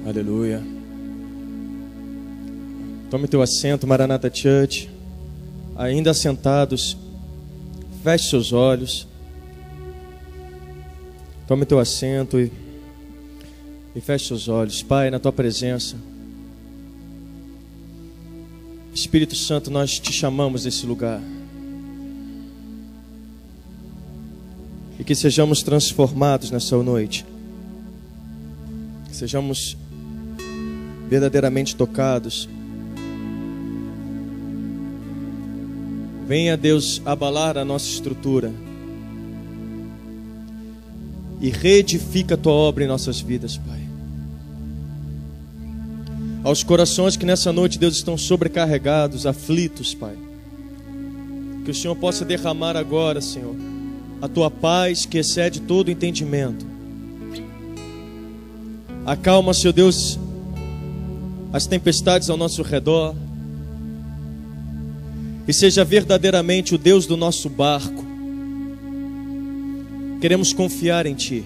Aleluia. Tome teu assento, Maranata Church. Ainda assentados, feche seus olhos. Tome teu assento e feche seus olhos. Pai, na tua presença, Espírito Santo, nós te chamamos nesse lugar. E que sejamos transformados nessa noite. Que sejamos verdadeiramente tocados. Venha, Deus, abalar a nossa estrutura e reedifica a tua obra em nossas vidas, Pai. Aos corações que nessa noite, Deus, estão sobrecarregados, aflitos, Pai, que o Senhor possa derramar agora, Senhor, a tua paz que excede todo entendimento. Acalma, Senhor Deus, as tempestades ao nosso redor. E seja verdadeiramente o Deus do nosso barco. Queremos confiar em Ti.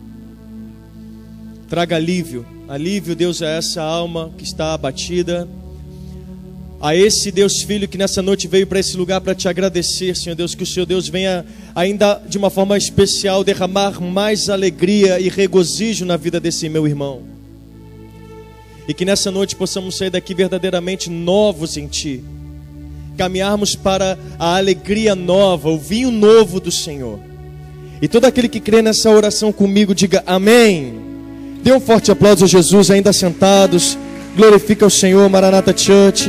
Traga alívio. Alívio, Deus, a essa alma que está abatida. A esse Deus Filho que nessa noite veio para esse lugar para Te agradecer, Senhor Deus. Que o Senhor Deus venha ainda de uma forma especial derramar mais alegria e regozijo na vida desse meu irmão. E que nessa noite possamos sair daqui verdadeiramente novos em Ti. Caminharmos para a alegria nova, o vinho novo do Senhor. E todo aquele que crê nessa oração comigo, diga amém. Dê um forte aplauso a Jesus, ainda sentados. Glorifica o Senhor, Maranata Church.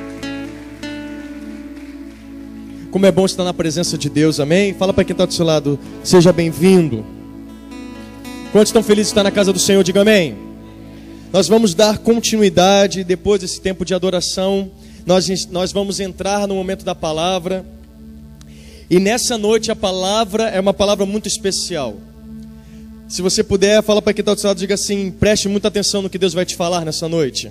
Como é bom estar na presença de Deus, amém? Fala para quem está do seu lado, seja bem-vindo. Quantos estão felizes de estar na casa do Senhor, diga amém. Nós vamos dar continuidade depois desse tempo de adoração. Nós vamos entrar no momento da palavra. E nessa noite a palavra é uma palavra muito especial. Se você puder, fala para quem está do seu lado, diga assim, preste muita atenção no que Deus vai te falar nessa noite.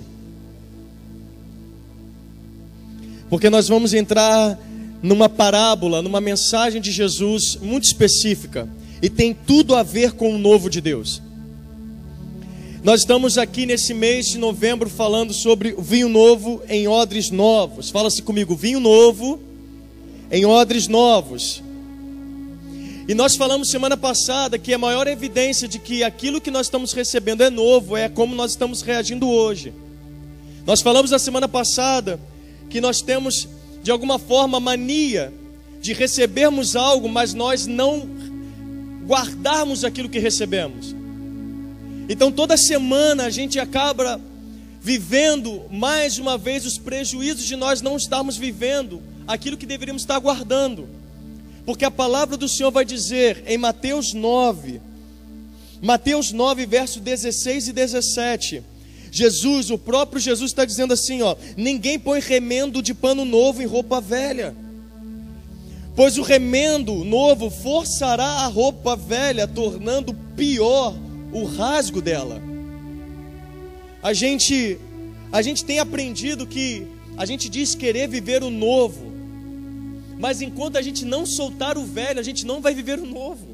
Porque nós vamos entrar numa parábola, numa mensagem de Jesus muito específica. E tem tudo a ver com o novo de Deus. Nós estamos aqui nesse mês de novembro falando sobre o vinho novo em odres novos. Fala-se comigo, vinho novo em odres novos. E nós falamos semana passada que a maior evidência de que aquilo que nós estamos recebendo é novo é como nós estamos reagindo hoje. Nós falamos na semana passada que nós temos de alguma forma mania de recebermos algo, mas nós não guardarmos aquilo que recebemos. Então toda semana a gente acaba vivendo mais uma vez os prejuízos de nós não estarmos vivendo aquilo que deveríamos estar guardando. Porque a palavra do Senhor vai dizer em Mateus 9, verso 16 e 17, Jesus, o próprio Jesus está dizendo assim, ó, ninguém põe remendo de pano novo em roupa velha, pois o remendo novo forçará a roupa velha, tornando pior o rasgo dela. A gente tem aprendido que a gente diz querer viver o novo, mas enquanto a gente não soltar o velho, a gente não vai viver o novo.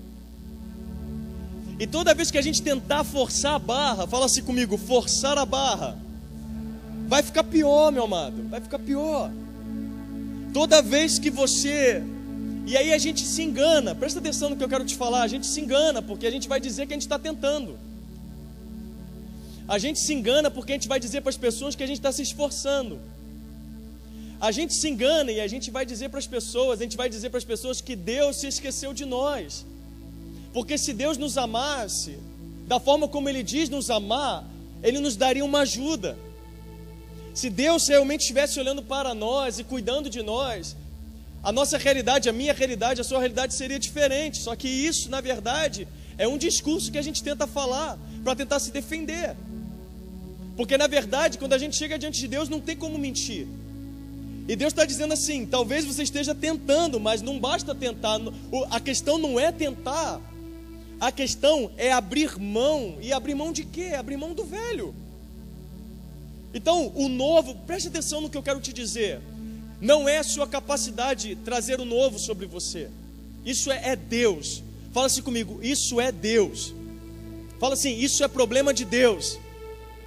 E toda vez que a gente tentar forçar a barra, fala assim comigo, forçar a barra, vai ficar pior, meu amado, vai ficar pior. Toda vez que você... E aí a gente se engana, presta atenção no que eu quero te falar, a gente se engana porque a gente vai dizer que a gente está tentando. A gente se engana porque a gente vai dizer para as pessoas que a gente está se esforçando. A gente se engana e a gente vai dizer para as pessoas, que Deus se esqueceu de nós. Porque se Deus nos amasse, da forma como Ele diz nos amar, Ele nos daria uma ajuda. Se Deus realmente estivesse olhando para nós e cuidando de nós, a nossa realidade, a minha realidade, a sua realidade seria diferente. Só que isso, na verdade, é um discurso que a gente tenta falar para tentar se defender. Porque, na verdade, quando a gente chega diante de Deus, não tem como mentir. E Deus está dizendo assim, talvez você esteja tentando, mas não basta tentar. A questão não é tentar. A questão é abrir mão. E abrir mão de quê? Abrir mão do velho. Então, o novo, preste atenção no que eu quero te dizer. Não é a sua capacidade trazer o novo sobre você. Isso é Deus. Fala assim comigo, isso é Deus. Fala assim, isso é problema de Deus.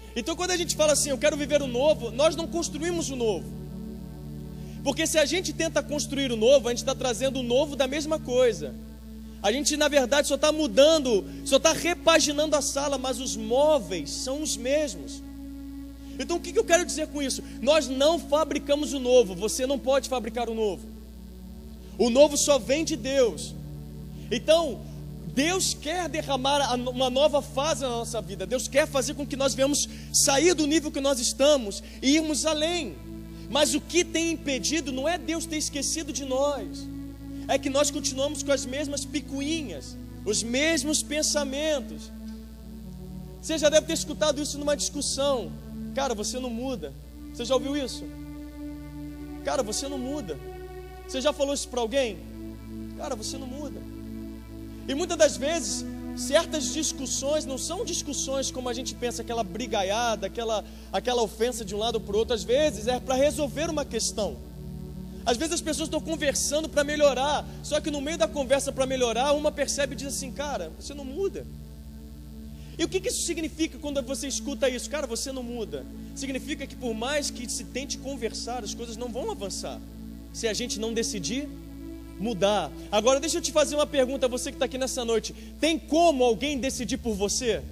Então quando a gente fala assim, eu quero viver o novo, nós não construímos o novo. Porque se a gente tenta construir o novo, a gente está trazendo o novo da mesma coisa. A gente na verdade só está mudando, só está repaginando a sala, mas os móveis são os mesmos. Então o que eu quero dizer com isso? Nós não fabricamos o novo, você não pode fabricar o novo. O novo só vem de Deus. Então, Deus quer derramar uma nova fase na nossa vida. Deus quer fazer com que nós venhamos sair do nível que nós estamos e irmos além. Mas o que tem impedido não é Deus ter esquecido de nós. É que nós continuamos com as mesmas picuinhas, os mesmos pensamentos. Você já deve ter escutado isso numa discussão. Cara, você não muda. Você já ouviu isso? Cara, você não muda. Você já falou isso para alguém? Cara, você não muda. E muitas das vezes, certas discussões não são discussões como a gente pensa, aquela brigaiada, aquela ofensa de um lado para o outro. Às vezes é para resolver uma questão. Às vezes as pessoas estão conversando para melhorar, só que no meio da conversa para melhorar, uma percebe e diz assim, cara, você não muda. E o que isso significa quando você escuta isso? Cara, você não muda. Significa que por mais que se tente conversar, as coisas não vão avançar, se a gente não decidir mudar. Agora deixa eu te fazer uma pergunta, você que está aqui nessa noite. Tem como alguém decidir por você?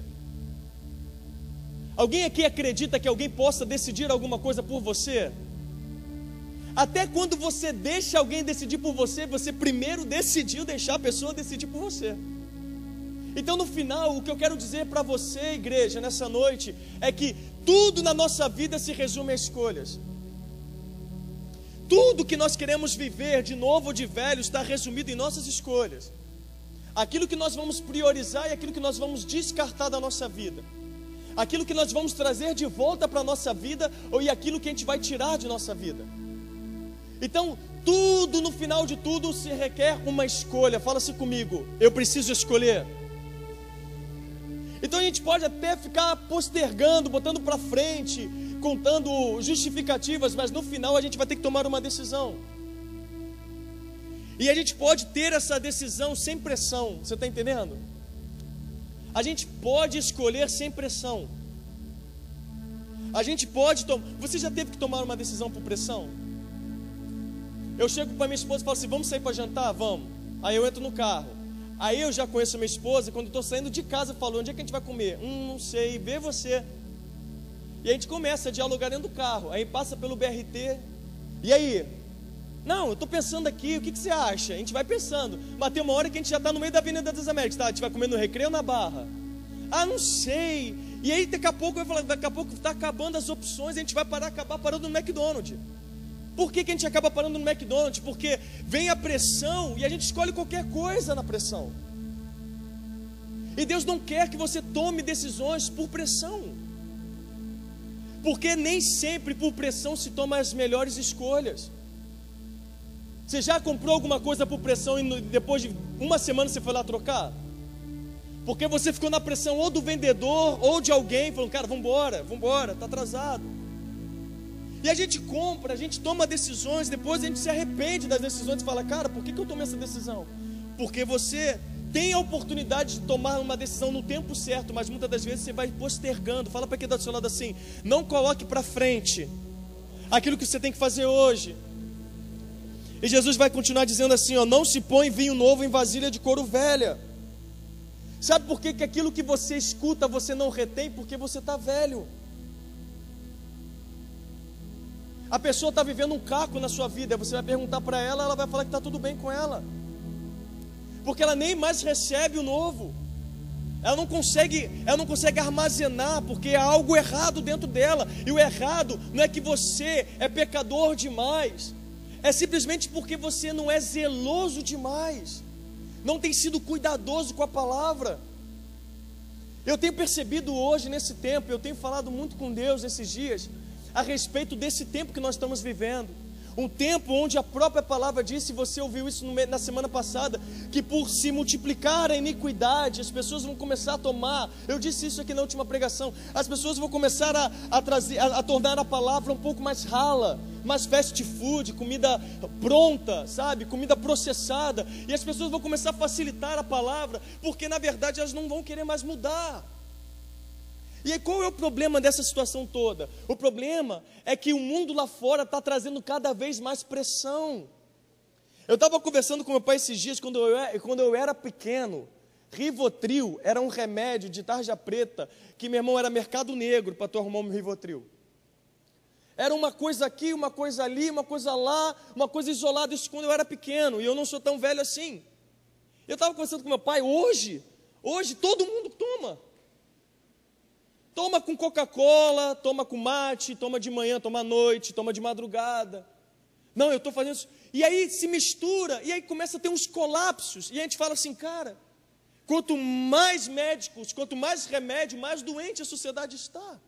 Alguém aqui acredita que alguém possa decidir alguma coisa por você? Até quando você deixa alguém decidir por você, você primeiro decidiu deixar a pessoa decidir por você. Então no final, o que eu quero dizer para você, igreja, nessa noite, é que tudo na nossa vida se resume a escolhas. Tudo que nós queremos viver, de novo ou de velho, está resumido em nossas escolhas. Aquilo que nós vamos priorizar e aquilo que nós vamos descartar da nossa vida. Aquilo que nós vamos trazer de volta para a nossa vida e aquilo que a gente vai tirar de nossa vida. Então, tudo, no final de tudo, se requer uma escolha. Fala-se comigo, eu preciso escolher. Então a gente pode até ficar postergando, botando para frente, contando justificativas, mas no final a gente vai ter que tomar uma decisão. E a gente pode ter essa decisão sem pressão, você está entendendo? A gente pode escolher sem pressão. A gente pode tomar. Você já teve que tomar uma decisão por pressão? Eu chego para minha esposa e falo assim, vamos sair para jantar? Vamos. Aí eu entro no carro. Aí eu já conheço a minha esposa, e quando estou saindo de casa, eu falo, onde é que a gente vai comer? Não sei, vê você. E a gente começa a dialogar dentro do carro. Aí passa pelo BRT. E aí? Não, eu estou pensando aqui, o que você acha? A gente vai pensando. Mas tem uma hora que a gente já está no meio da Avenida das Américas, tá? A gente vai comer no Recreio ou na Barra? Ah, não sei. E aí daqui a pouco eu vou falar, daqui a pouco está acabando as opções, a gente vai acabar parando no McDonald's. Por que a gente acaba parando no McDonald's? Porque vem a pressão e a gente escolhe qualquer coisa na pressão. E Deus não quer que você tome decisões por pressão. Porque nem sempre por pressão se toma as melhores escolhas. Você já comprou alguma coisa por pressão e depois de uma semana você foi lá trocar? Porque você ficou na pressão ou do vendedor ou de alguém, falando, cara, vambora, está atrasado. E a gente compra, a gente toma decisões, depois a gente se arrepende das decisões e fala, cara, por que eu tomei essa decisão? Porque você tem a oportunidade de tomar uma decisão no tempo certo, mas muitas das vezes você vai postergando. Fala para quem está do seu lado assim, não coloque para frente aquilo que você tem que fazer hoje. E Jesus vai continuar dizendo assim, ó, não se põe vinho novo em vasilha de couro velha. Sabe por que aquilo que você escuta você não retém? Porque você está velho. A pessoa está vivendo um caco na sua vida, você vai perguntar para ela, ela vai falar que está tudo bem com ela. Porque ela nem mais recebe o novo. Ela não consegue armazenar, porque há algo errado dentro dela. E o errado não é que você é pecador demais. É simplesmente porque você não é zeloso demais. Não tem sido cuidadoso com a palavra. Eu tenho percebido hoje, nesse tempo, eu tenho falado muito com Deus esses dias, a respeito desse tempo que nós estamos vivendo. Um tempo onde a própria palavra disse, você ouviu isso na semana passada, que por se multiplicar a iniquidade, as pessoas vão começar a tomar, eu disse isso aqui na última pregação, as pessoas vão começar a tornar a palavra um pouco mais rala, mais fast food, comida pronta, sabe, comida processada, e as pessoas vão começar a facilitar a palavra, porque na verdade elas não vão querer mais mudar. E aí qual é o problema dessa situação toda? O problema é que o mundo lá fora está trazendo cada vez mais pressão. Eu estava conversando com meu pai esses dias, quando eu era pequeno, Rivotril era um remédio de tarja preta, que meu irmão era mercado negro para tu arrumar um Rivotril. Era uma coisa aqui, uma coisa ali, uma coisa lá, uma coisa isolada, isso quando eu era pequeno, e eu não sou tão velho assim. Eu estava conversando com meu pai, hoje todo mundo toma. Toma com Coca-Cola, toma com mate, toma de manhã, toma à noite, toma de madrugada. Não, eu estou fazendo isso. E aí se mistura, e aí começa a ter uns colapsos. E a gente fala assim, cara, quanto mais médicos, quanto mais remédio, mais doente a sociedade está.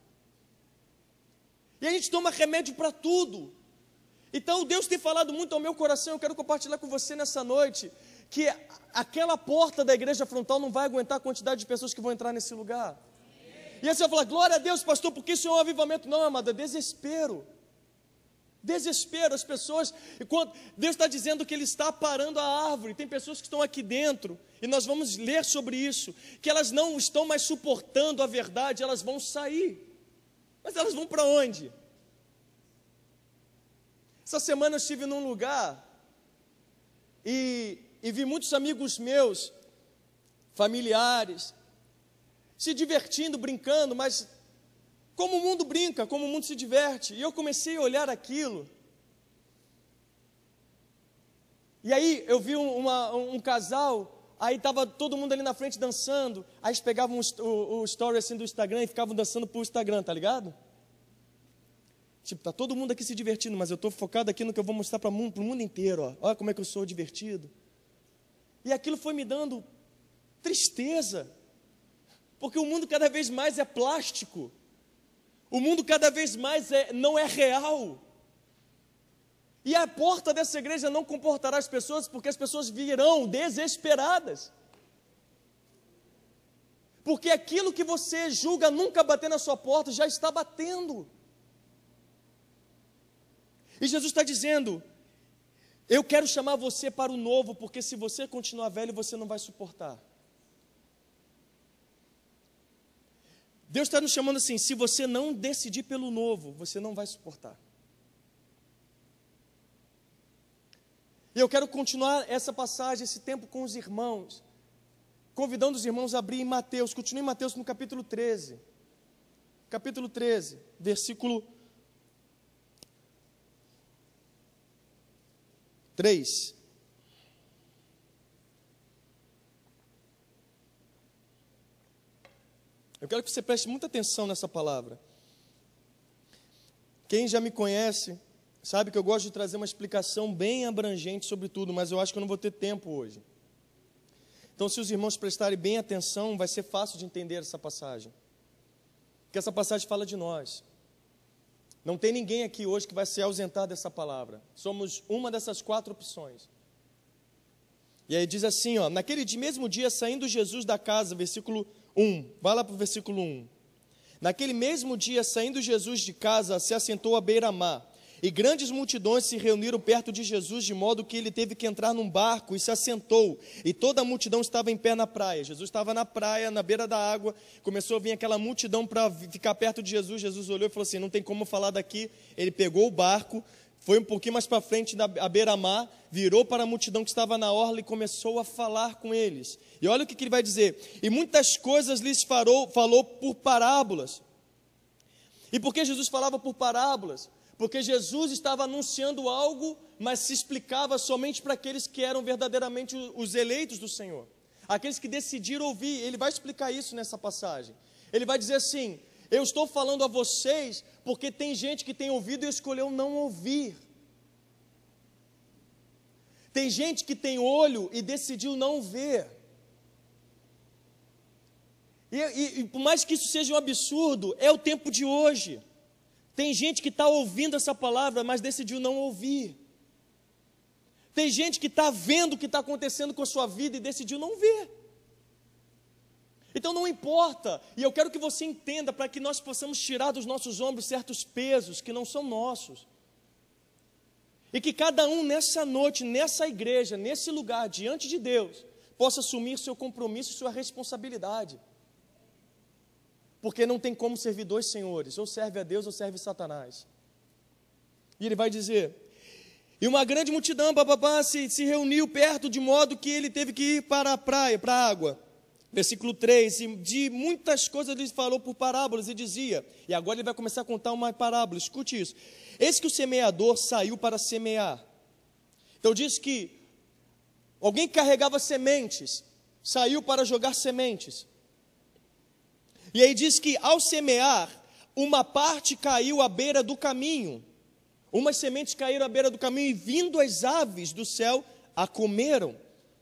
E a gente toma remédio para tudo. Então Deus tem falado muito ao meu coração, eu quero compartilhar com você nessa noite, que aquela porta da igreja frontal não vai aguentar a quantidade de pessoas que vão entrar nesse lugar. E aí você vai falar, glória a Deus, pastor, porque isso é um avivamento. Não, amado, é desespero. Desespero, as pessoas, enquanto Deus está dizendo que Ele está parando a árvore, tem pessoas que estão aqui dentro, e nós vamos ler sobre isso, que elas não estão mais suportando a verdade, elas vão sair. Mas elas vão para onde? Essa semana eu estive num lugar, e vi muitos amigos meus, familiares, se divertindo, brincando, mas como o mundo brinca, como o mundo se diverte. E eu comecei a olhar aquilo. E aí eu vi um casal, aí estava todo mundo ali na frente dançando, aí eles pegavam o story assim do Instagram e ficavam dançando pro Instagram, tá ligado? Tipo, tá todo mundo aqui se divertindo, mas eu estou focado aqui no que eu vou mostrar para o mundo inteiro, ó. Olha como é que eu sou divertido. E aquilo foi me dando tristeza, porque o mundo cada vez mais é plástico, o mundo cada vez mais não é real, e a porta dessa igreja não comportará as pessoas, porque as pessoas virão desesperadas, porque aquilo que você julga nunca bater na sua porta, já está batendo, e Jesus está dizendo, eu quero chamar você para o novo, porque se você continuar velho, você não vai suportar. Deus está nos chamando assim, se você não decidir pelo novo, você não vai suportar. E eu quero continuar essa passagem, esse tempo com os irmãos, convidando os irmãos a abrir em Mateus, continue em Mateus no capítulo 13. Capítulo 13, versículo 3. Eu quero que você preste muita atenção nessa palavra. Quem já me conhece, sabe que eu gosto de trazer uma explicação bem abrangente sobre tudo, mas eu acho que eu não vou ter tempo hoje. Então, se os irmãos prestarem bem atenção, vai ser fácil de entender essa passagem. Porque essa passagem fala de nós. Não tem ninguém aqui hoje que vai se ausentar dessa palavra. Somos uma dessas 4 opções. E aí diz assim, ó, naquele mesmo dia, saindo Jesus da casa, versículo 1, vai lá para o versículo 1. Naquele mesmo dia, saindo Jesus de casa, se assentou à beira-mar, e grandes multidões se reuniram perto de Jesus, de modo que ele teve que entrar num barco e se assentou, e toda a multidão estava em pé na praia. Jesus estava na praia, na beira da água, começou a vir aquela multidão para ficar perto de Jesus. Jesus olhou e falou assim, não tem como falar daqui. Ele pegou o barco, foi um pouquinho mais para frente à beira-mar, virou para a multidão que estava na orla e começou a falar com eles. E olha o que ele vai dizer, e muitas coisas lhes falou por parábolas. E por que Jesus falava por parábolas? Porque Jesus estava anunciando algo, mas se explicava somente para aqueles que eram verdadeiramente os eleitos do Senhor, aqueles que decidiram ouvir. Ele vai explicar isso nessa passagem. Ele vai dizer assim, eu estou falando a vocês porque tem gente que tem ouvido e escolheu não ouvir. Tem gente que tem olho e decidiu não ver. E por mais que isso seja um absurdo, é o tempo de hoje. Tem gente que está ouvindo essa palavra, mas decidiu não ouvir. Tem gente que está vendo o que está acontecendo com a sua vida e decidiu não ver. Então não importa, e eu quero que você entenda, para que nós possamos tirar dos nossos ombros certos pesos que não são nossos. E que cada um nessa noite, nessa igreja, nesse lugar, diante de Deus, possa assumir seu compromisso e sua responsabilidade. porque não tem como servir dois senhores, ou serve a Deus ou serve Satanás. E ele vai dizer, e uma grande multidão se reuniu perto, de modo que ele teve que ir para a praia, para a água. Versículo 3, e de muitas coisas ele falou por parábolas e dizia, e agora ele vai começar a contar uma parábola, escute isso. Eis que o semeador saiu para semear. Então diz que alguém que carregava sementes, saiu para jogar sementes. E aí diz que ao semear, uma parte caiu à beira do caminho. Umas sementes caíram à beira do caminho e vindo as aves do céu a comeram.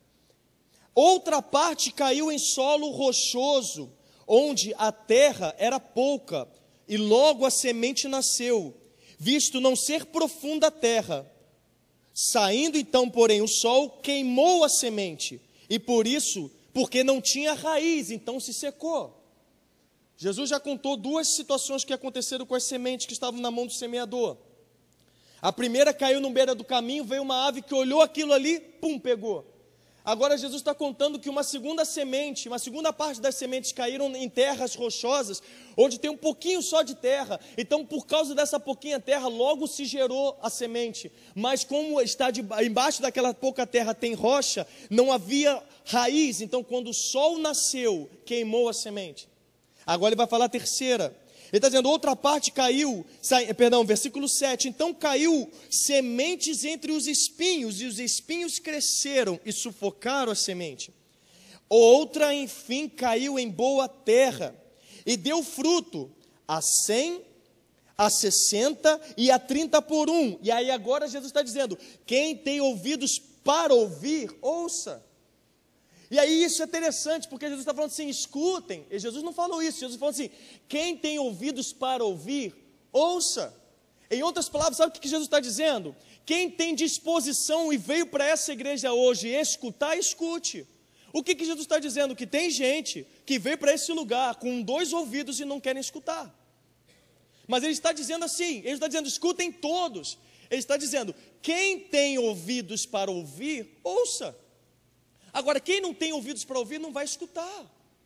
Outra parte caiu em solo rochoso, onde a terra era pouca, e logo a semente nasceu, visto não ser profunda a terra. Saindo então, porém, o sol queimou a semente, e por isso, porque não tinha raiz, então se secou. Jesus já contou duas situações que aconteceram com as sementes que estavam na mão do semeador. A primeira caiu no beira do caminho, veio uma ave que olhou aquilo ali, pum, pegou. Agora Jesus está contando que uma segunda parte das sementes caíram em terras rochosas, onde tem um pouquinho só de terra. Então, por causa dessa pouquinha terra, logo se gerou a semente. Mas como está embaixo daquela pouca terra tem rocha, não havia raiz. Então, quando o sol nasceu, queimou a semente. Agora ele vai falar a terceira. Ele está dizendo, outra parte caiu, versículo 7, então caiu sementes entre os espinhos, e os espinhos cresceram e sufocaram a semente. Outra, enfim, caiu em boa terra, e deu fruto, a 100, a 60 e a 30 por 1. E aí agora Jesus está dizendo, quem tem ouvidos para ouvir, ouça. E aí isso é interessante, porque Jesus está falando assim, escutem. E Jesus não falou isso, Jesus falou assim, quem tem ouvidos para ouvir, ouça. Em outras palavras, sabe o que Jesus está dizendo? Quem tem disposição e veio para essa igreja hoje escutar, escute. O que Jesus está dizendo? Que tem gente que veio para esse lugar com 2 ouvidos e não querem escutar. Mas ele está dizendo assim, ele está dizendo, escutem todos. Ele está dizendo, quem tem ouvidos para ouvir, ouça. Agora, quem não tem ouvidos para ouvir, não vai escutar.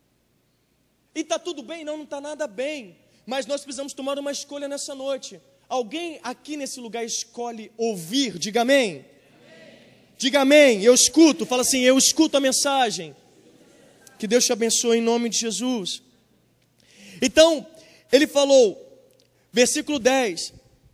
E está tudo bem? Não, não está nada bem. Mas nós precisamos tomar uma escolha nessa noite. Alguém aqui nesse lugar escolhe ouvir? Diga amém. Amém. Diga amém, eu escuto. Fala assim, eu escuto a mensagem. Que Deus te abençoe em nome de Jesus. Então, ele falou, versículo 10.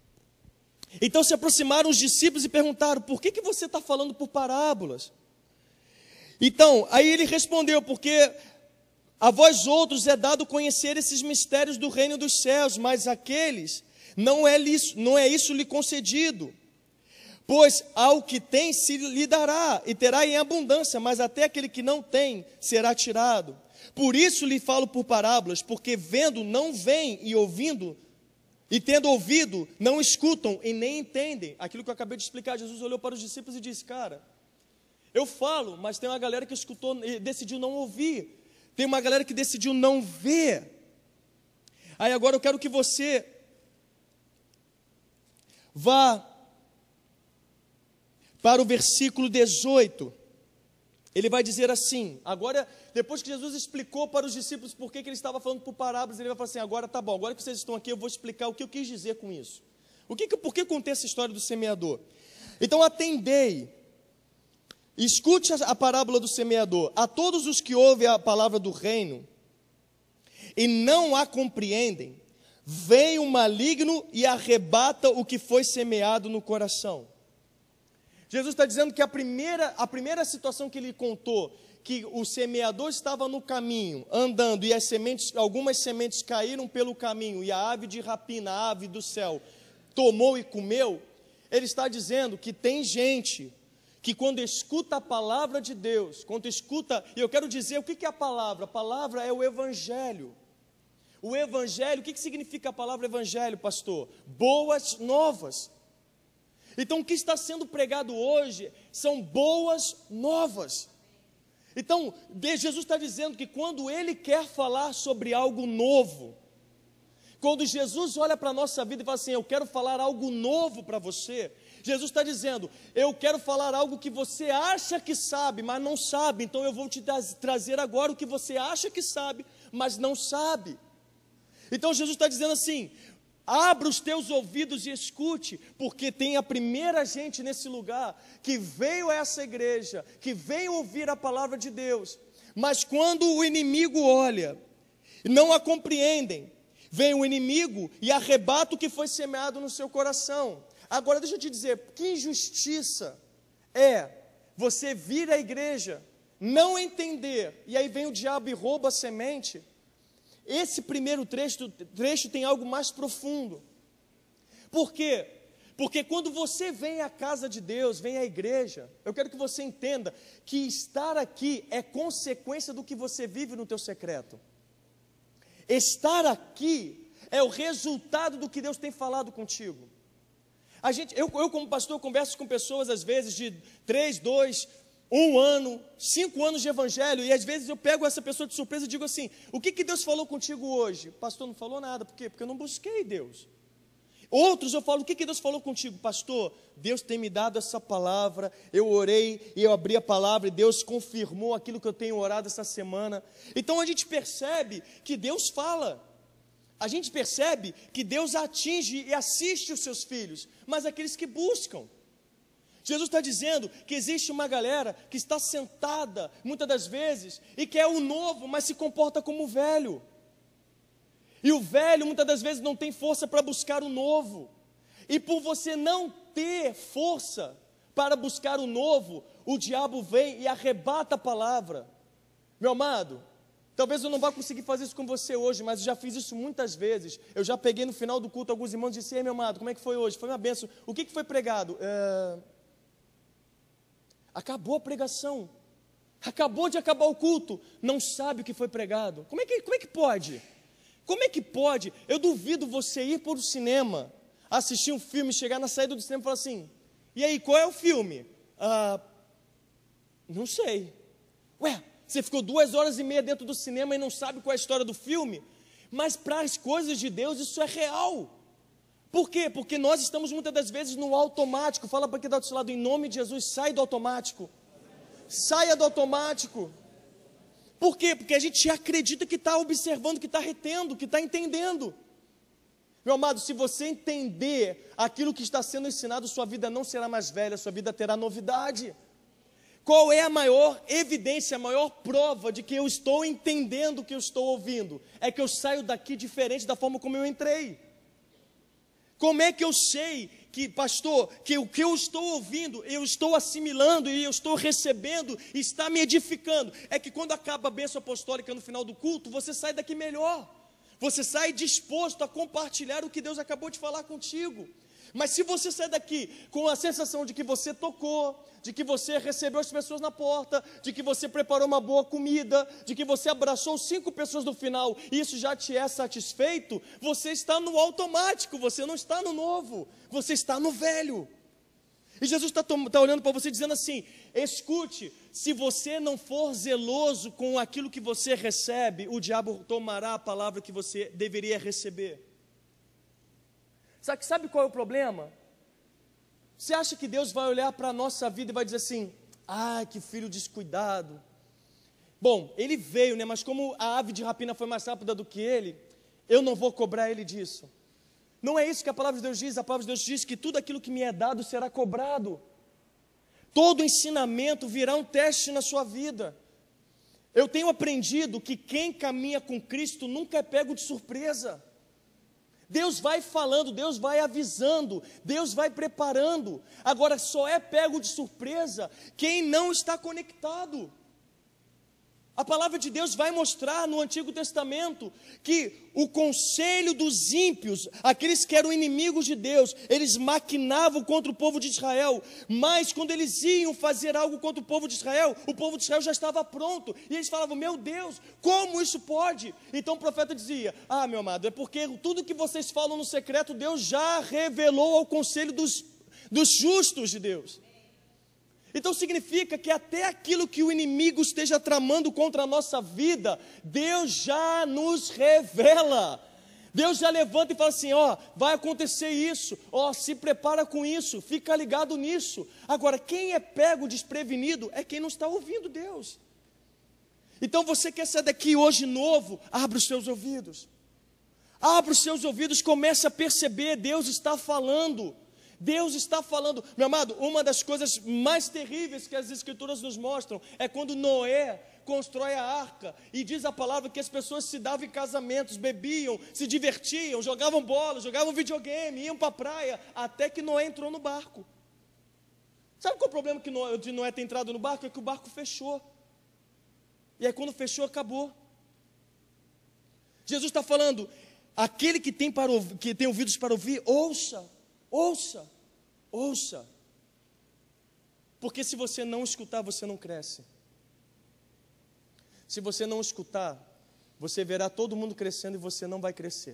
Então se aproximaram os discípulos e perguntaram, por que você está falando por parábolas? Então, aí ele respondeu, porque a vós outros é dado conhecer esses mistérios do reino dos céus, mas aqueles não é isso lhe concedido. Pois ao que tem se lhe dará, e terá em abundância, mas até aquele que não tem será tirado. Por isso lhe falo por parábolas, porque vendo não veem, e ouvindo, e tendo ouvido, não escutam e nem entendem. Aquilo que eu acabei de explicar, Jesus olhou para os discípulos e disse, cara, eu falo, mas tem uma galera que escutou e decidiu não ouvir. Tem uma galera que decidiu não ver. Aí agora eu quero que você vá para o versículo 18. Ele vai dizer assim, agora, depois que Jesus explicou para os discípulos por que ele estava falando por parábolas, ele vai falar assim, agora tá bom, agora que vocês estão aqui, eu vou explicar o que eu quis dizer com isso. Por que contei essa história do semeador? Então atendei. Escute a parábola do semeador. A todos os que ouvem a palavra do reino e não a compreendem, vem o maligno e arrebata o que foi semeado no coração. Jesus está dizendo que a primeira situação que ele contou, que o semeador estava no caminho, andando, e algumas sementes caíram pelo caminho, e a ave de rapina, a ave do céu, tomou e comeu. Ele está dizendo que tem gente que quando escuta a palavra de Deus, e eu quero dizer, o que é a palavra? A palavra é o evangelho. O evangelho, o que significa a palavra evangelho, pastor? Boas novas. Então o que está sendo pregado hoje são boas novas. Então Jesus está dizendo que quando Ele quer falar sobre algo novo, quando Jesus olha para a nossa vida e fala assim, eu quero falar algo novo para você, Jesus está dizendo, eu quero falar algo que você acha que sabe, mas não sabe, então eu vou te trazer agora o que você acha que sabe, mas não sabe. Então Jesus está dizendo assim: abra os teus ouvidos e escute, porque tem a primeira gente nesse lugar que veio a essa igreja, que veio ouvir a palavra de Deus, mas quando o inimigo olha, não a compreendem, vem o inimigo e arrebata o que foi semeado no seu coração. Agora deixa eu te dizer, que injustiça é você vir à igreja, não entender, e aí vem o diabo e rouba a semente. Esse primeiro trecho tem algo mais profundo. Por quê? Porque quando você vem à casa de Deus, vem à igreja, eu quero que você entenda que estar aqui é consequência do que você vive no teu secreto. Estar aqui é o resultado do que Deus tem falado contigo. Eu como pastor, converso com pessoas às vezes de 3, 2, 1 ano, 5 anos de evangelho, e às vezes eu pego essa pessoa de surpresa e digo assim: o que Deus falou contigo hoje? Pastor, não falou nada. Por quê? Porque eu não busquei Deus. Outros eu falo: o que Deus falou contigo? Pastor, Deus tem me dado essa palavra, eu orei e eu abri a palavra e Deus confirmou aquilo que eu tenho orado essa semana. Então a gente percebe que Deus fala, a gente percebe que Deus atinge e assiste os seus filhos, mas aqueles que buscam. Jesus está dizendo que existe uma galera que está sentada, muitas das vezes, e quer o novo, mas se comporta como o velho. E o velho, muitas das vezes, não tem força para buscar o novo. E por você não ter força para buscar o novo, o diabo vem e arrebata a palavra. Meu amado, talvez eu não vá conseguir fazer isso com você hoje, mas eu já fiz isso muitas vezes. Eu já peguei no final do culto alguns irmãos e disse: ei, meu amado, como é que foi hoje? Foi uma bênção. O que foi pregado? Acabou a pregação. Acabou de acabar o culto. Não sabe o que foi pregado. Como é que pode? Como é que pode? Eu duvido você ir para o cinema, assistir um filme, chegar na saída do cinema e falar assim: e aí, qual é o filme? Não sei. Ué, você ficou 2h30 dentro do cinema e não sabe qual é a história do filme? Mas para as coisas de Deus isso é real. Por quê? Porque nós estamos muitas das vezes no automático. Fala para quem está do seu lado: em nome de Jesus, sai do automático. Saia do automático. Por quê? Porque a gente acredita que está observando, que está retendo, que está entendendo. Meu amado, se você entender aquilo que está sendo ensinado, sua vida não será mais velha, sua vida terá novidade. Qual é a maior evidência, a maior prova de que eu estou entendendo o que eu estou ouvindo? É que eu saio daqui diferente da forma como eu entrei. Como é que eu sei que, pastor, que o que eu estou ouvindo, eu estou assimilando e eu estou recebendo e está me edificando? É que quando acaba a bênção apostólica no final do culto, você sai daqui melhor. Você sai disposto a compartilhar o que Deus acabou de falar contigo. Mas se você sai daqui com a sensação de que você tocou, de que você recebeu as pessoas na porta, de que você preparou uma boa comida, de que você abraçou 5 pessoas no final, e isso já te é satisfeito, você está no automático, você não está no novo, você está no velho. E Jesus está olhando para você dizendo assim: escute, se você não for zeloso com aquilo que você recebe, o diabo tomará a palavra que você deveria receber. Sabe qual é o problema? Você acha que Deus vai olhar para a nossa vida e vai dizer assim: ai, que filho descuidado. Bom, ele veio, né? Mas como a ave de rapina foi mais rápida do que ele, eu não vou cobrar ele disso. Não é isso que a palavra de Deus diz. A palavra de Deus diz que tudo aquilo que me é dado será cobrado. Todo ensinamento virá um teste na sua vida. Eu tenho aprendido que quem caminha com Cristo nunca é pego de surpresa. Deus vai falando, Deus vai avisando, Deus vai preparando. Agora só é pego de surpresa quem não está conectado. A palavra de Deus vai mostrar no Antigo Testamento que o conselho dos ímpios, aqueles que eram inimigos de Deus, eles maquinavam contra o povo de Israel, mas quando eles iam fazer algo contra o povo de Israel já estava pronto, e eles falavam: meu Deus, como isso pode? Então o profeta dizia: ah, meu amado, é porque tudo que vocês falam no secreto, Deus já revelou ao conselho dos justos de Deus. Então significa que até aquilo que o inimigo esteja tramando contra a nossa vida, Deus já nos revela. Deus já levanta e fala assim: ó, vai acontecer isso, ó, se prepara com isso, fica ligado nisso. Agora, quem é pego desprevenido é quem não está ouvindo Deus. Então você quer sair daqui hoje novo? Abra os seus ouvidos. Abra os seus ouvidos, comece a perceber, Deus está falando. Deus está falando. Meu amado, uma das coisas mais terríveis que as Escrituras nos mostram é quando Noé constrói a arca, e diz a palavra que as pessoas se davam em casamentos, bebiam, se divertiam, jogavam bola, jogavam videogame, iam para a praia, até que Noé entrou no barco. Sabe qual é o problema de Noé ter entrado no barco? É que o barco fechou. E aí quando fechou, acabou. Jesus está falando, aquele que tem ouvidos para ouvir, ouça, ouça, ouça. Porque se você não escutar, você não cresce. Se você não escutar, você verá todo mundo crescendo e você não vai crescer.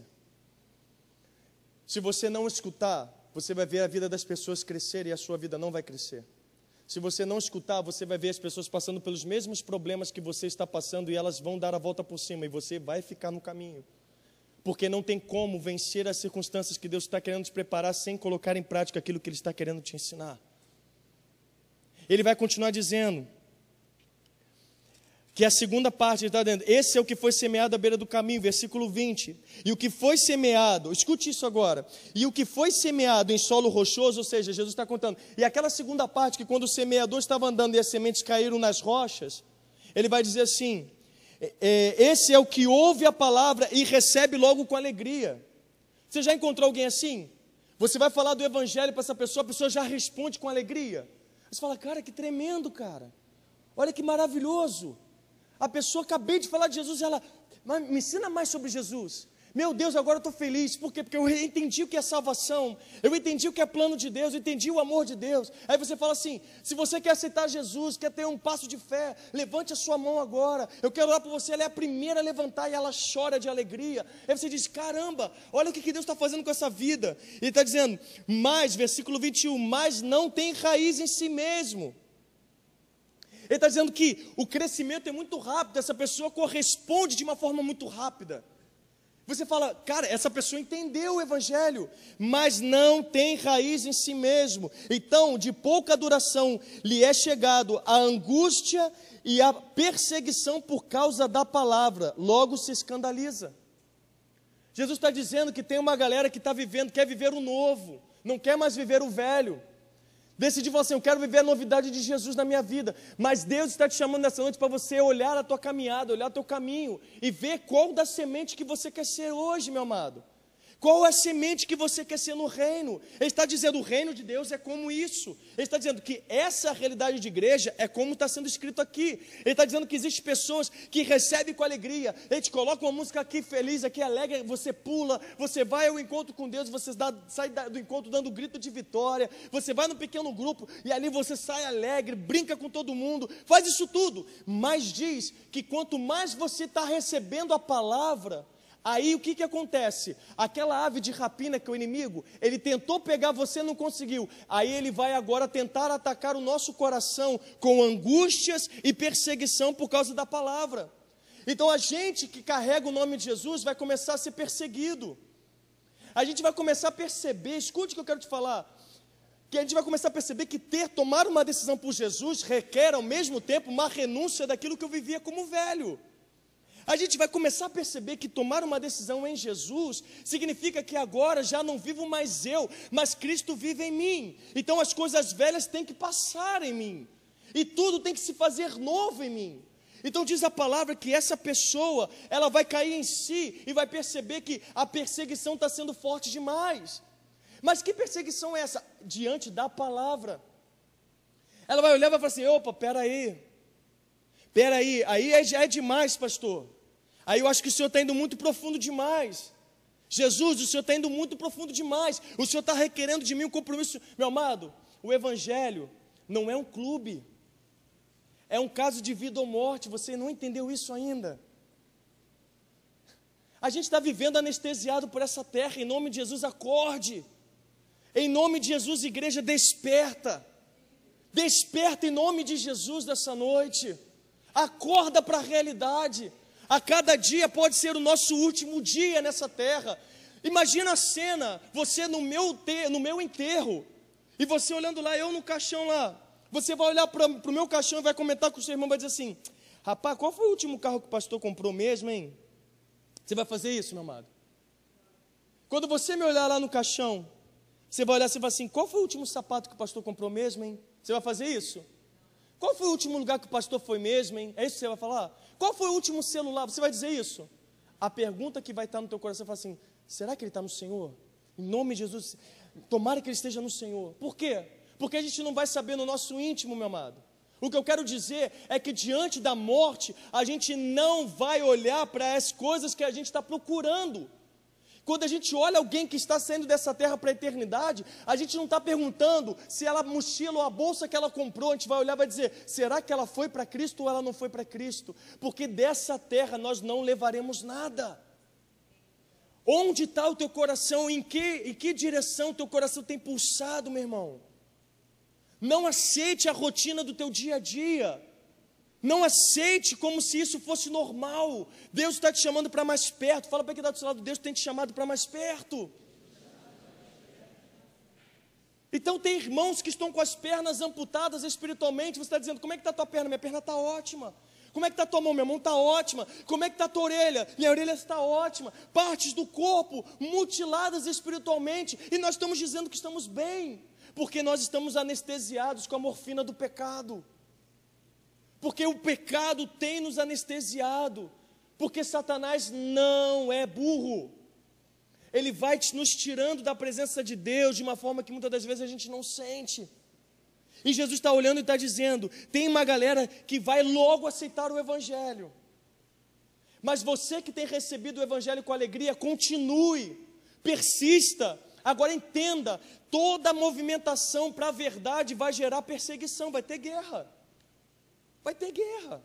Se você não escutar, você vai ver a vida das pessoas crescer e a sua vida não vai crescer. Se você não escutar, você vai ver as pessoas passando pelos mesmos problemas que você está passando e elas vão dar a volta por cima e você vai ficar no caminho. Porque não tem como vencer as circunstâncias que Deus está querendo te preparar sem colocar em prática aquilo que Ele está querendo te ensinar. Ele vai continuar dizendo que a segunda parte, ele está dizendo, esse é o que foi semeado à beira do caminho, versículo 20, e o que foi semeado, escute isso agora, e o que foi semeado em solo rochoso, ou seja, Jesus está contando, e aquela segunda parte, que quando o semeador estava andando e as sementes caíram nas rochas, ele vai dizer assim, esse é o que ouve a palavra e recebe logo com alegria. Você já encontrou alguém assim? Você vai falar do evangelho para essa pessoa, a pessoa já responde com alegria. Você fala, cara, que tremendo, cara, olha que maravilhoso. A pessoa, acabei de falar de Jesus, ela, me ensina mais sobre Jesus. Meu Deus, agora eu estou feliz. Por quê? Porque eu entendi o que é salvação, eu entendi o que é plano de Deus, eu entendi o amor de Deus. Aí você fala assim, se você quer aceitar Jesus, quer ter um passo de fé, levante a sua mão agora, eu quero orar por você. Ela é a primeira a levantar e ela chora de alegria. Aí você diz, caramba, olha o que Deus está fazendo com essa vida. Ele está dizendo, mas, versículo 21, mas não tem raiz em si mesmo. Ele está dizendo que o crescimento é muito rápido, essa pessoa corresponde de uma forma muito rápida. Você fala, cara, essa pessoa entendeu o evangelho, mas não tem raiz em si mesmo. Então, de pouca duração lhe é chegado a angústia e a perseguição por causa da palavra, logo se escandaliza. Jesus está dizendo que tem uma galera que está vivendo, quer viver o novo, não quer mais viver o velho. Decidiu falar assim, eu quero viver a novidade de Jesus na minha vida, mas Deus está te chamando nessa noite para você olhar a tua caminhada, olhar o teu caminho e ver qual da semente que você quer ser hoje, meu amado. Qual é a semente que você quer ser no reino? Ele está dizendo, o reino de Deus é como isso. Ele está dizendo que essa realidade de igreja é como está sendo escrito aqui. Ele está dizendo que existem pessoas que recebem com alegria. Ele te coloca uma música aqui feliz, aqui alegre, você pula, você vai ao encontro com Deus, você sai do encontro dando grito de vitória, você vai no pequeno grupo e ali você sai alegre, brinca com todo mundo, faz isso tudo. Mas diz que quanto mais você está recebendo a palavra, aí o que acontece? Aquela ave de rapina que é o inimigo, ele tentou pegar você, não conseguiu. Aí ele vai agora tentar atacar o nosso coração com angústias e perseguição por causa da palavra. Então a gente que carrega o nome de Jesus vai começar a ser perseguido. A gente vai começar a perceber, escute o que eu quero te falar, que a gente vai começar a perceber que tomar uma decisão por Jesus requer ao mesmo tempo uma renúncia daquilo que eu vivia como velho. A gente vai começar a perceber que tomar uma decisão em Jesus significa que agora já não vivo mais eu, mas Cristo vive em mim. Então as coisas velhas têm que passar em mim, e tudo tem que se fazer novo em mim. Então diz a palavra que essa pessoa, ela vai cair em si e vai perceber que a perseguição está sendo forte demais. Mas que perseguição é essa? Diante da palavra. Ela vai olhar e vai falar assim, opa, peraí, aí já é demais, pastor. Aí eu acho que o Senhor está indo muito profundo demais. Jesus, o Senhor está indo muito profundo demais. O Senhor está requerendo de mim um compromisso. Meu amado, o Evangelho não é um clube. É um caso de vida ou morte. Você não entendeu isso ainda. A gente está vivendo anestesiado por essa terra. Em nome de Jesus, acorde. Em nome de Jesus, igreja, desperta. Desperta em nome de Jesus nessa noite. Acorda para a realidade. A cada dia pode ser o nosso último dia nessa terra. Imagina a cena, você no meu enterro, e você olhando lá, eu no caixão lá. Você vai olhar para o meu caixão e vai comentar com o seu irmão, vai dizer assim, rapaz, qual foi o último carro que o pastor comprou mesmo, hein? Você vai fazer isso, meu amado? Quando você me olhar lá no caixão, você vai olhar e vai assim, qual foi o último sapato que o pastor comprou mesmo, hein? Você vai fazer isso? Qual foi o último lugar que o pastor foi mesmo, hein? É isso que você vai falar? Qual foi o último celular? Você vai dizer isso? A pergunta que vai estar no teu coração é assim, será que ele está no Senhor? Em nome de Jesus, tomara que ele esteja no Senhor. Por quê? Porque a gente não vai saber no nosso íntimo, meu amado. O que eu quero dizer é que diante da morte, a gente não vai olhar para as coisas que a gente está procurando. Quando a gente olha alguém que está saindo dessa terra para a eternidade, a gente não está perguntando se a mochila ou a bolsa que ela comprou, a gente vai olhar e vai dizer, será que ela foi para Cristo ou ela não foi para Cristo? Porque dessa terra nós não levaremos nada. Onde está o teu coração? Em que direção o teu coração tem pulsado, meu irmão? Não aceite a rotina do teu dia a dia. Não aceite como se isso fosse normal. Deus está te chamando para mais perto. Fala para quem está do seu lado, Deus tem te chamado para mais perto. Então tem irmãos que estão com as pernas amputadas espiritualmente. Você está dizendo, como é que está a tua perna? Minha perna está ótima. Como é que está a tua mão? Minha mão está ótima. Como é que está a tua orelha? Minha orelha está ótima. Partes do corpo mutiladas espiritualmente. E nós estamos dizendo que estamos bem. Porque nós estamos anestesiados com a morfina do pecado. Porque o pecado tem nos anestesiado. Porque Satanás não é burro. Ele vai nos tirando da presença de Deus de uma forma que muitas das vezes a gente não sente. E Jesus está olhando e está dizendo, tem uma galera que vai logo aceitar o Evangelho. Mas você que tem recebido o Evangelho com alegria, continue, persista. Agora entenda, toda movimentação para a verdade vai gerar perseguição, vai ter guerra. Vai ter guerra.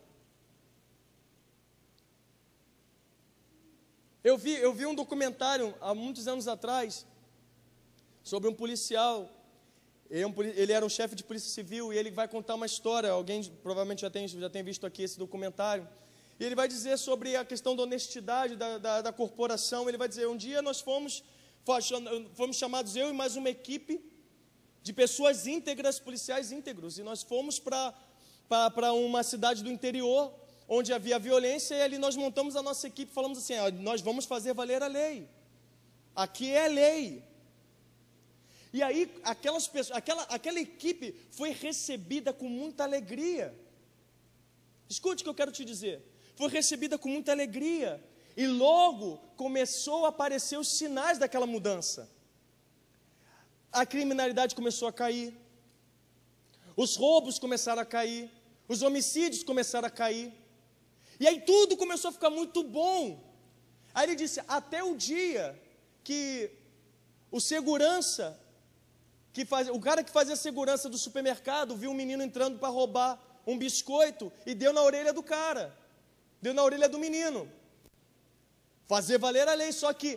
Eu vi um documentário há muitos anos atrás sobre um policial. Ele era um chefe de polícia civil e ele vai contar uma história. Alguém provavelmente já tem visto aqui esse documentário. E ele vai dizer sobre a questão da honestidade da corporação. Ele vai dizer, um dia nós fomos chamados, eu e mais uma equipe de pessoas íntegras, policiais íntegros. E nós fomos para uma cidade do interior, onde havia violência, e ali nós montamos a nossa equipe, falamos assim, nós vamos fazer valer a lei, aqui é lei. E aí, aquela equipe foi recebida com muita alegria. Escute o que eu quero te dizer, foi recebida com muita alegria, e logo começou a aparecer os sinais daquela mudança. A criminalidade começou a cair, os roubos começaram a cair, os homicídios começaram a cair, e aí tudo começou a ficar muito bom. Aí ele disse, até o dia que o segurança, o cara que fazia segurança do supermercado, viu um menino entrando para roubar um biscoito, e deu na orelha do cara, deu na orelha do menino, fazer valer a lei, só que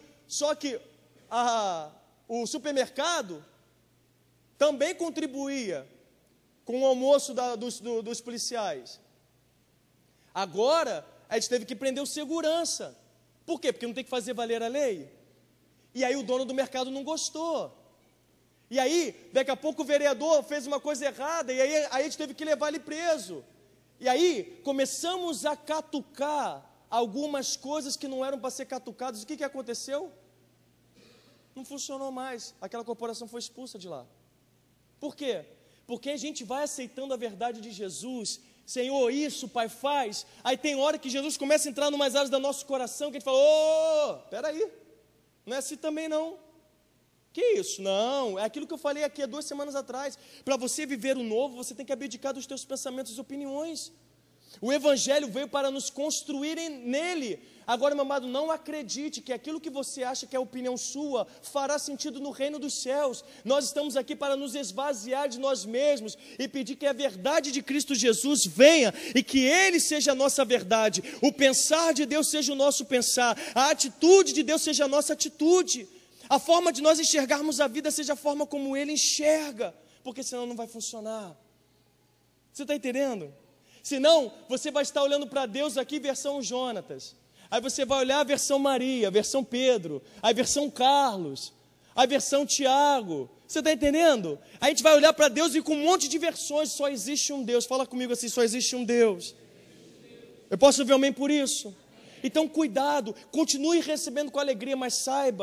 o também contribuía com o almoço dos policiais. Agora, a gente teve que prender o segurança. Por quê? Porque não tem que fazer valer a lei. E aí o dono do mercado não gostou. E aí, daqui a pouco o vereador fez uma coisa errada, e aí a gente teve que levar ele preso. E aí, começamos a catucar algumas coisas que não eram para ser catucadas. O que aconteceu? Não funcionou mais. Aquela corporação foi expulsa de lá. Por quê? Porque a gente vai aceitando a verdade de Jesus. Senhor, isso, Pai, faz. Aí tem hora que Jesus começa a entrar em umas áreas do nosso coração, que a gente fala, peraí, não é assim também não. Que isso? Não, é aquilo que eu falei aqui há 2 semanas atrás. Para você viver o novo, você tem que abdicar dos teus pensamentos e opiniões. O Evangelho veio para nos construírem nele. Agora, meu amado, não acredite que aquilo que você acha que é opinião sua fará sentido no reino dos céus. Nós estamos aqui para nos esvaziar de nós mesmos e pedir que a verdade de Cristo Jesus venha e que Ele seja a nossa verdade. O pensar de Deus seja o nosso pensar. A atitude de Deus seja a nossa atitude. A forma de nós enxergarmos a vida seja a forma como Ele enxerga, porque senão não vai funcionar. Você está entendendo? Senão, você vai estar olhando para Deus aqui, versão Jonatas. Aí você vai olhar a versão Maria, a versão Pedro, a versão Carlos, a versão Tiago. Você está entendendo? A gente vai olhar para Deus e com um monte de versões, só existe um Deus. Fala comigo assim, só existe um Deus. Eu posso ouvir um amém por isso? Então, cuidado, continue recebendo com alegria, mas saiba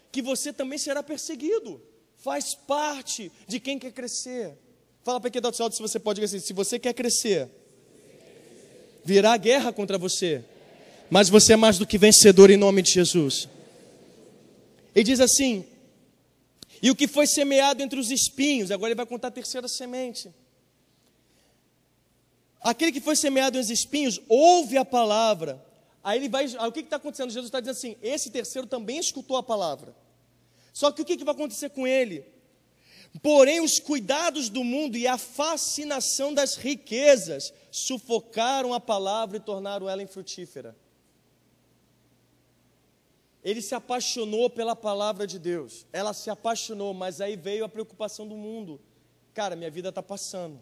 que você também será perseguido. Faz parte de quem quer crescer. Fala para quem está do seu lado se você pode crescer. Se você quer crescer, virá guerra contra você, mas você é mais do que vencedor em nome de Jesus. Ele diz assim: e o que foi semeado entre os espinhos, agora ele vai contar a terceira semente. Aquele que foi semeado entre os espinhos, ouve a palavra. Aí o que está acontecendo? Jesus está dizendo assim: esse terceiro também escutou a palavra. Só que o que vai acontecer com ele? Porém, os cuidados do mundo e a fascinação das riquezas sufocaram a palavra e tornaram ela infrutífera. Ele se apaixonou pela palavra de Deus. Ela se apaixonou, mas aí veio a preocupação do mundo. Cara, minha vida está passando.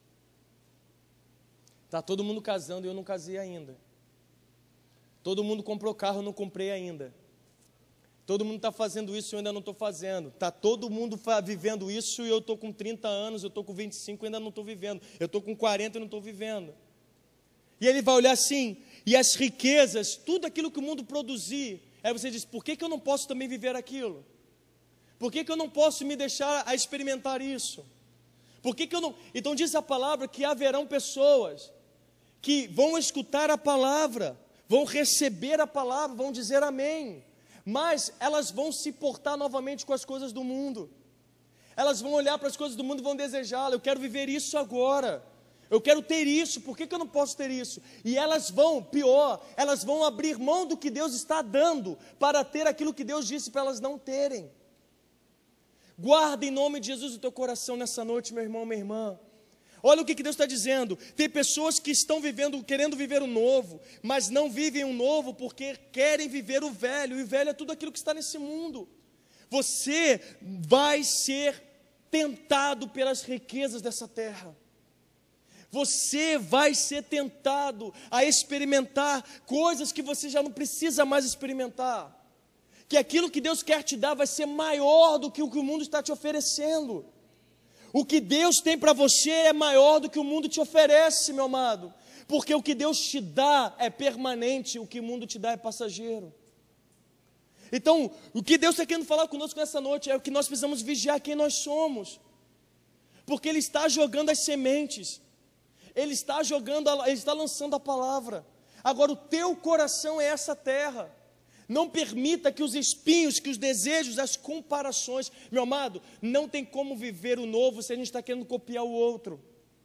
Está todo mundo casando e eu não casei ainda. Todo mundo comprou carro, eu não comprei ainda. Todo mundo está fazendo isso e eu ainda não estou fazendo. Está todo mundo vivendo isso e eu estou com 30 anos, eu estou com 25 e ainda não estou vivendo. Eu estou com 40 e não estou vivendo. E ele vai olhar assim, e as riquezas, tudo aquilo que o mundo produzir. Aí você diz: por que eu não posso também viver aquilo? Por que eu não posso me deixar a experimentar isso? Por que eu não... Então diz a palavra que haverão pessoas que vão escutar a palavra, vão receber a palavra, vão dizer amém. Mas elas vão se portar novamente com as coisas do mundo. Elas vão olhar para as coisas do mundo e vão desejá-la. Eu quero viver isso agora. Eu quero ter isso. Por que eu não posso ter isso? E elas vão, pior, elas vão abrir mão do que Deus está dando para ter aquilo que Deus disse para elas não terem. Guarda em nome de Jesus o teu coração nessa noite, meu irmão, minha irmã. Olha o que Deus está dizendo. Tem pessoas que estão vivendo, querendo viver o novo, mas não vivem o novo porque querem viver o velho. E o velho é tudo aquilo que está nesse mundo. Você vai ser tentado pelas riquezas dessa terra. Você vai ser tentado a experimentar coisas que você já não precisa mais experimentar. Que aquilo que Deus quer te dar vai ser maior do que o mundo está te oferecendo. O que Deus tem para você é maior do que o mundo te oferece, meu amado. Porque o que Deus te dá é permanente, o que o mundo te dá é passageiro. Então, o que Deus está querendo falar conosco nessa noite é o que nós precisamos vigiar quem nós somos. Porque Ele está jogando as sementes. Ele está lançando a palavra. Agora, o teu coração é essa terra. Não permita que os espinhos, que os desejos, as comparações... Meu amado, não tem como viver o novo se a gente está querendo copiar o outro.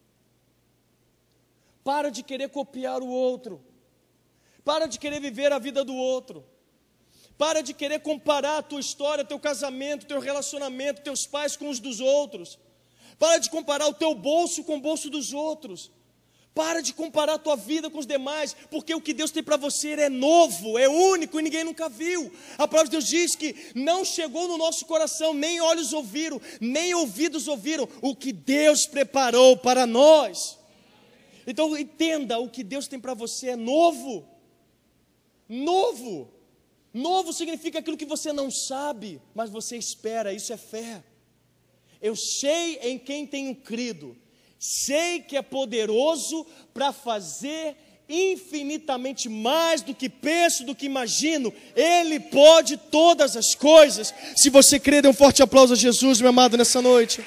Para de querer copiar o outro. Para de querer viver a vida do outro. Para de querer comparar a tua história, teu casamento, teu relacionamento, teus pais com os dos outros. Para de comparar o teu bolso com o bolso dos outros. Para de comparar a tua vida com os demais, porque o que Deus tem para você é novo, é único e ninguém nunca viu. A palavra de Deus diz que não chegou no nosso coração, nem olhos ouviram, nem ouvidos ouviram, o que Deus preparou para nós. Então entenda, o que Deus tem para você é novo. Novo. Novo significa aquilo que você não sabe, mas você espera, isso é fé. Eu sei em quem tenho crido. Sei que é poderoso para fazer infinitamente mais do que penso, do que imagino. Ele pode todas as coisas. Se você crê, dê um forte aplauso a Jesus, meu amado, nessa noite.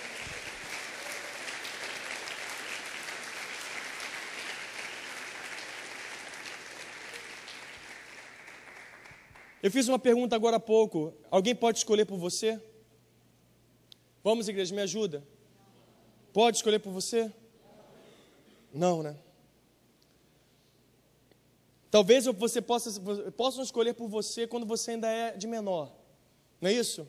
Eu fiz uma pergunta agora há pouco. Alguém pode escolher por você? Vamos, igreja, me ajuda. Pode escolher por você? Não, né? Talvez você possa escolher por você quando você ainda é de menor. Não é isso?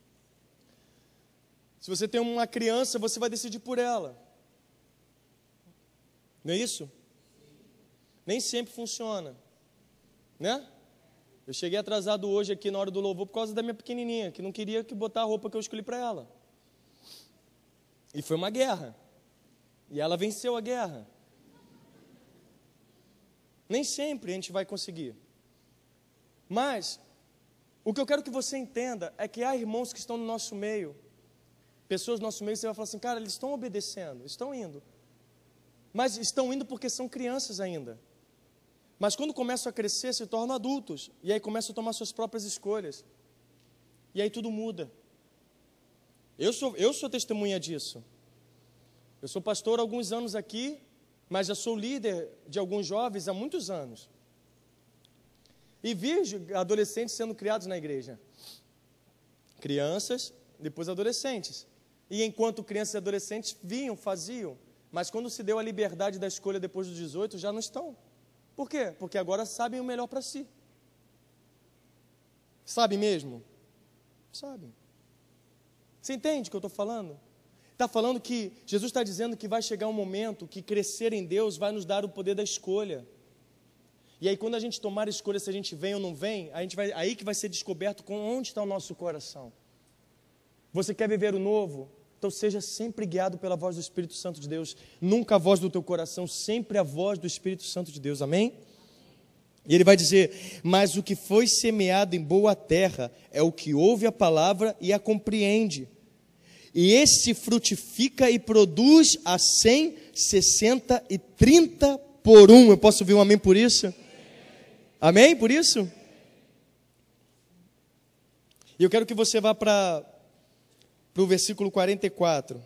Se você tem uma criança, você vai decidir por ela. Não é isso? Nem sempre funciona. Né? Eu cheguei atrasado hoje aqui na hora do louvor por causa da minha pequenininha, que não queria que botar a roupa que eu escolhi para ela. E foi uma guerra. E ela venceu a guerra. Nem sempre a gente vai conseguir. Mas, o que eu quero que você entenda é que há irmãos que estão no nosso meio, pessoas do nosso meio, você vai falar assim, cara, eles estão obedecendo, estão indo. Mas estão indo porque são crianças ainda. Mas quando começam a crescer, se tornam adultos. E aí começam a tomar suas próprias escolhas. E aí tudo muda. Eu sou testemunha disso. Eu sou pastor há alguns anos aqui, mas já sou líder de alguns jovens há muitos anos. E vejo adolescentes sendo criados na igreja. Crianças, depois adolescentes. E enquanto crianças e adolescentes vinham, faziam, mas quando se deu a liberdade da escolha depois dos 18, já não estão. Por quê? Porque agora sabem o melhor para si. Sabe mesmo? Sabe. Você entende o que eu estou falando? Está falando que Jesus está dizendo que vai chegar um momento que crescer em Deus vai nos dar o poder da escolha. E aí quando a gente tomar a escolha se a gente vem ou não vem, aí que vai ser descoberto onde está o nosso coração. Você quer viver o novo? Então seja sempre guiado pela voz do Espírito Santo de Deus. Nunca a voz do teu coração, sempre a voz do Espírito Santo de Deus. Amém? E ele vai dizer, mas o que foi semeado em boa terra é o que ouve a palavra e a compreende. E esse frutifica e produz a 100, 60 e 30 por um. Eu posso ouvir um amém por isso? Amém por isso? E eu quero que você vá para o versículo 44.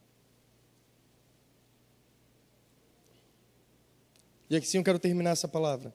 E aqui sim eu quero terminar essa palavra.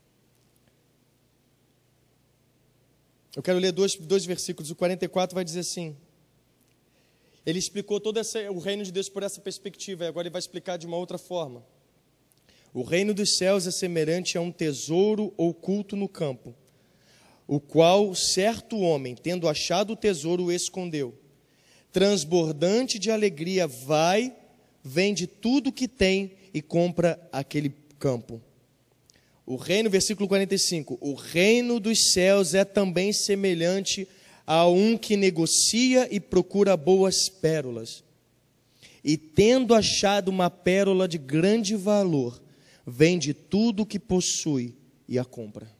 Eu quero ler dois versículos. O 44 vai dizer assim. Ele explicou todo o reino de Deus por essa perspectiva, e agora ele vai explicar de uma outra forma. O reino dos céus é semelhante a um tesouro oculto no campo, o qual certo homem, tendo achado o tesouro, o escondeu. Transbordante de alegria, vende tudo o que tem e compra aquele campo. O reino, versículo 45, o reino dos céus é também semelhante a um que negocia e procura boas pérolas. E tendo achado uma pérola de grande valor, vende tudo o que possui e a compra.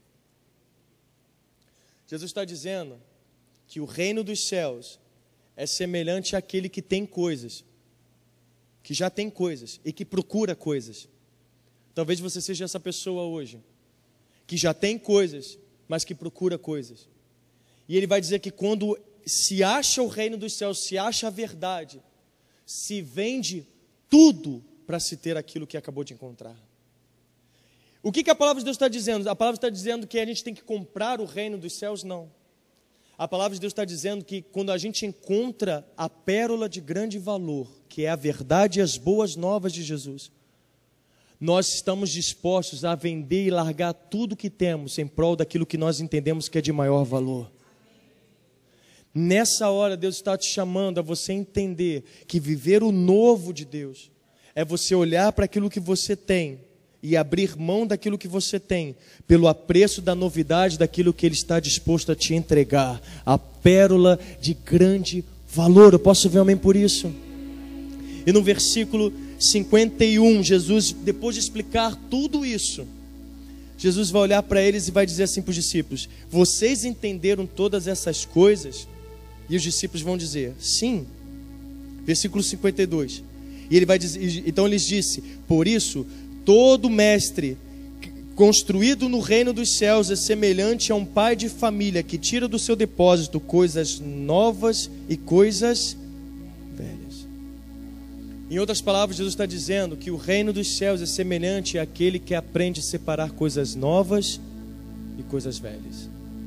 Jesus está dizendo que o reino dos céus é semelhante àquele que tem coisas, que já tem coisas e que procura coisas. Talvez você seja essa pessoa hoje, que já tem coisas, mas que procura coisas. E ele vai dizer que quando se acha o reino dos céus, se acha a verdade, se vende tudo para se ter aquilo que acabou de encontrar. O que a palavra de Deus está dizendo? A palavra está dizendo que a gente tem que comprar o reino dos céus? Não. A palavra de Deus está dizendo que quando a gente encontra a pérola de grande valor, que é a verdade e as boas novas de Jesus, nós estamos dispostos a vender e largar tudo que temos em prol daquilo que nós entendemos que é de maior valor. Nessa hora Deus está te chamando a você entender que viver o novo de Deus é você olhar para aquilo que você tem e abrir mão daquilo que você tem pelo apreço da novidade daquilo que Ele está disposto a te entregar, a pérola de grande valor. Eu posso ver um amém por isso? E no versículo 51, Jesus, depois de explicar tudo isso, Jesus vai olhar para eles e vai dizer assim para os discípulos: vocês entenderam todas essas coisas? E os discípulos vão dizer, sim. Versículo 52. E ele vai dizer, então ele disse, por isso, todo mestre construído no reino dos céus é semelhante a um pai de família que tira do seu depósito coisas novas e coisas velhas. Em outras palavras, Jesus está dizendo que o reino dos céus é semelhante àquele que aprende a separar coisas novas e coisas velhas.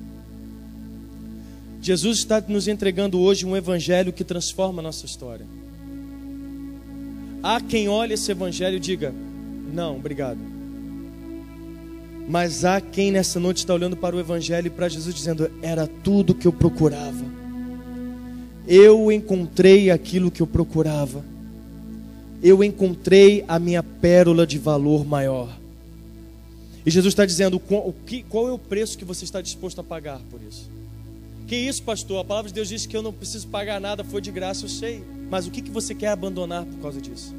Jesus está nos entregando hoje um evangelho que transforma a nossa história. Há quem olhe esse evangelho e diga, não, obrigado. Mas há quem nessa noite está olhando para o evangelho e para Jesus dizendo, era tudo que eu procurava. Eu encontrei aquilo que eu procurava. Eu encontrei a minha pérola de valor maior. E Jesus está dizendo, qual é o preço que você está disposto a pagar por isso? Que isso, pastor? A palavra de Deus diz que eu não preciso pagar nada, foi de graça, eu sei. Mas o que você quer abandonar por causa disso?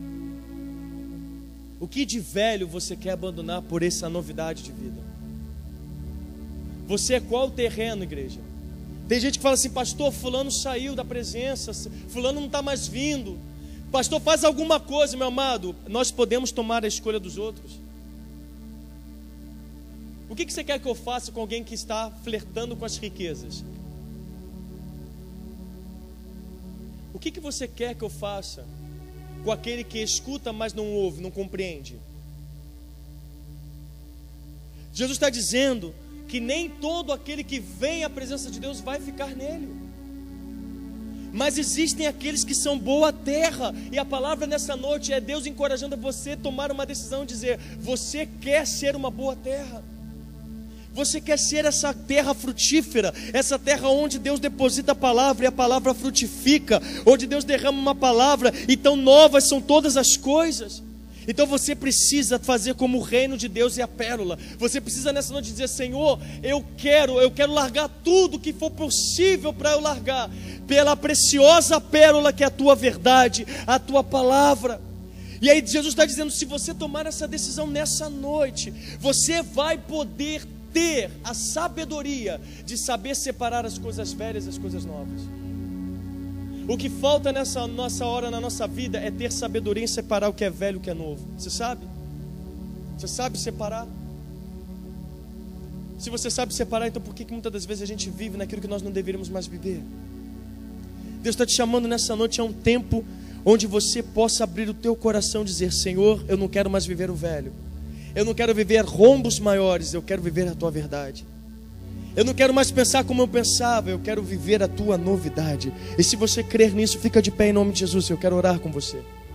O que de velho você quer abandonar por essa novidade de vida? Você é qual terreno, igreja? Tem gente que fala assim, pastor, fulano saiu da presença, fulano não está mais vindo. Pastor, faz alguma coisa, meu amado. Nós podemos tomar a escolha dos outros. O que você quer que eu faça com alguém que está flertando com as riquezas? O que você quer que eu faça com aquele que escuta, mas não ouve, não compreende? Jesus está dizendo que nem todo aquele que vem à presença de Deus vai ficar nele. Mas existem aqueles que são boa terra, e a palavra nessa noite é Deus encorajando você a tomar uma decisão, dizer: você quer ser uma boa terra? Você quer ser essa terra frutífera, essa terra onde Deus deposita a palavra e a palavra frutifica, onde Deus derrama uma palavra e tão novas são todas as coisas? Então você precisa fazer como o reino de Deus e a pérola. Você precisa nessa noite dizer: Senhor, eu quero largar tudo que for possível para eu largar, pela preciosa pérola que é a tua verdade, a tua palavra. E aí Jesus está dizendo: se você tomar essa decisão nessa noite, você vai poder ter a sabedoria de saber separar as coisas velhas das coisas novas. O que falta nessa nossa hora, na nossa vida, é ter sabedoria em separar o que é velho e o que é novo. Você sabe? Você sabe separar? Se você sabe separar, então por que muitas das vezes a gente vive naquilo que nós não deveríamos mais viver? Deus está te chamando nessa noite a um tempo onde você possa abrir o teu coração e dizer: Senhor, eu não quero mais viver o velho. Eu não quero viver rombos maiores, eu quero viver a tua verdade. Eu não quero mais pensar como eu pensava, eu quero viver a tua novidade. E se você crer nisso, fica de pé em nome de Jesus, eu quero orar com você.